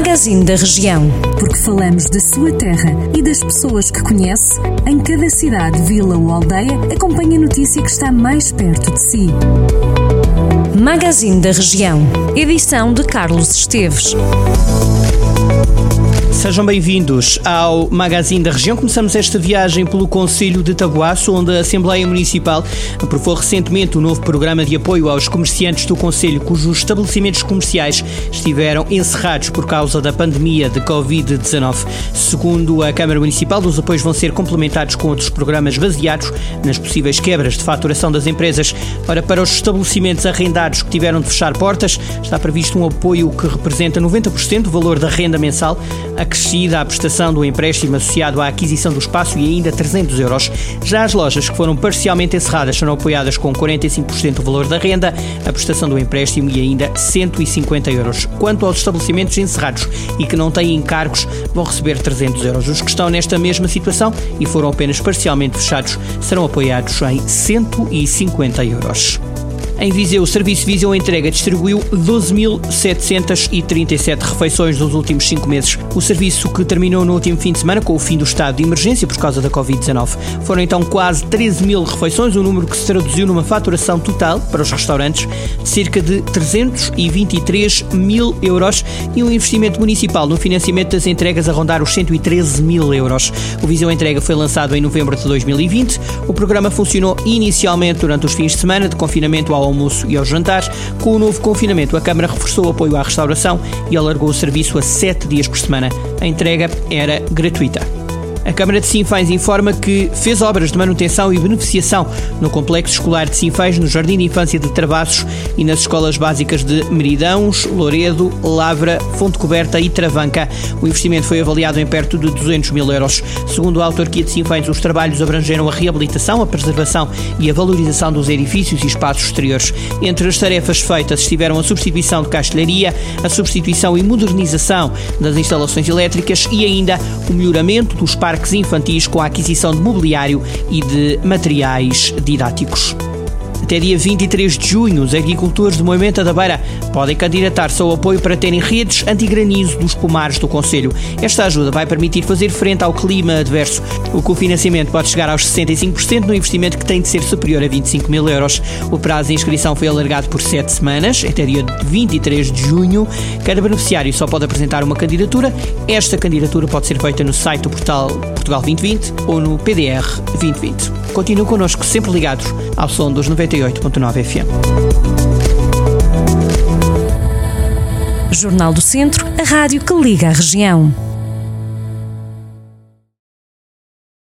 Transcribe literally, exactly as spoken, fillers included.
Magazine da Região. Porque falamos da sua terra e das pessoas que conhece, em cada cidade, vila ou aldeia, acompanhe a notícia que está mais perto de si. Magazine da Região. Edição de Carlos Esteves. Sejam bem-vindos ao Magazine da Região. Começamos esta viagem pelo Concelho de Taboaço, onde a Assembleia Municipal aprovou recentemente o novo programa de apoio aos comerciantes do Concelho, cujos estabelecimentos comerciais estiveram encerrados por causa da pandemia de covid dezenove. Segundo a Câmara Municipal, os apoios vão ser complementados com outros programas baseados nas possíveis quebras de faturação das empresas. Ora, para os estabelecimentos arrendados que tiveram de fechar portas, está previsto um apoio que representa noventa por cento do valor da renda mensal, acrescida à prestação do empréstimo associado à aquisição do espaço e ainda trezentos euros. Já as lojas que foram parcialmente encerradas serão apoiadas com quarenta e cinco por cento do valor da renda, a prestação do empréstimo e ainda cento e cinquenta euros. Quanto aos estabelecimentos encerrados e que não têm encargos, vão receber trezentos euros. Os que estão nesta mesma situação e foram apenas parcialmente fechados serão apoiados em cento e cinquenta euros. Em Viseu, o Serviço Viseu Entrega distribuiu doze mil setecentas e trinta e sete refeições nos últimos cinco meses. O serviço, que terminou no último fim de semana com o fim do estado de emergência por causa da covid dezenove. Foram então quase treze mil refeições, um número que se traduziu numa faturação total para os restaurantes de cerca de trezentos e vinte e três mil euros e um investimento municipal no financiamento das entregas a rondar os cento e treze mil euros. O Viseu Entrega foi lançado em novembro de dois mil e vinte. O programa funcionou inicialmente durante os fins de semana de confinamento ao almoço e aos jantares. Com o novo confinamento, a Câmara reforçou o apoio à restauração e alargou o serviço a sete dias por semana. A entrega era gratuita. A Câmara de Sinfãs informa que fez obras de manutenção e beneficiação no Complexo Escolar de Sinfãs, no Jardim de Infância de Travassos e nas escolas básicas de Meridãos, Loredo, Lavra, Fonte Coberta e Travanca. O investimento foi avaliado em perto de duzentos mil euros. Segundo a autarquia de Sinfãs, os trabalhos abrangeram a reabilitação, a preservação e a valorização dos edifícios e espaços exteriores. Entre as tarefas feitas estiveram a substituição de castelharia, a substituição e modernização das instalações elétricas e ainda o melhoramento dos parques parques infantis com a aquisição de mobiliário e de materiais didáticos. Até dia vinte e três de junho, os agricultores do Moimenta da Beira podem candidatar-se ao apoio para terem redes anti-granizo dos pomares do concelho. Esta ajuda vai permitir fazer frente ao clima adverso. O cofinanciamento pode chegar aos sessenta e cinco por cento no investimento que tem de ser superior a vinte e cinco mil euros. O prazo de inscrição foi alargado por sete semanas, até dia vinte e três de junho. Cada beneficiário só pode apresentar uma candidatura. Esta candidatura pode ser feita no site do portal Portugal vinte vinte ou no P D R vinte vinte. Continuem connosco, sempre ligados ao som dos noventa e oito ponto nove F M. Jornal do Centro, a rádio que liga a região.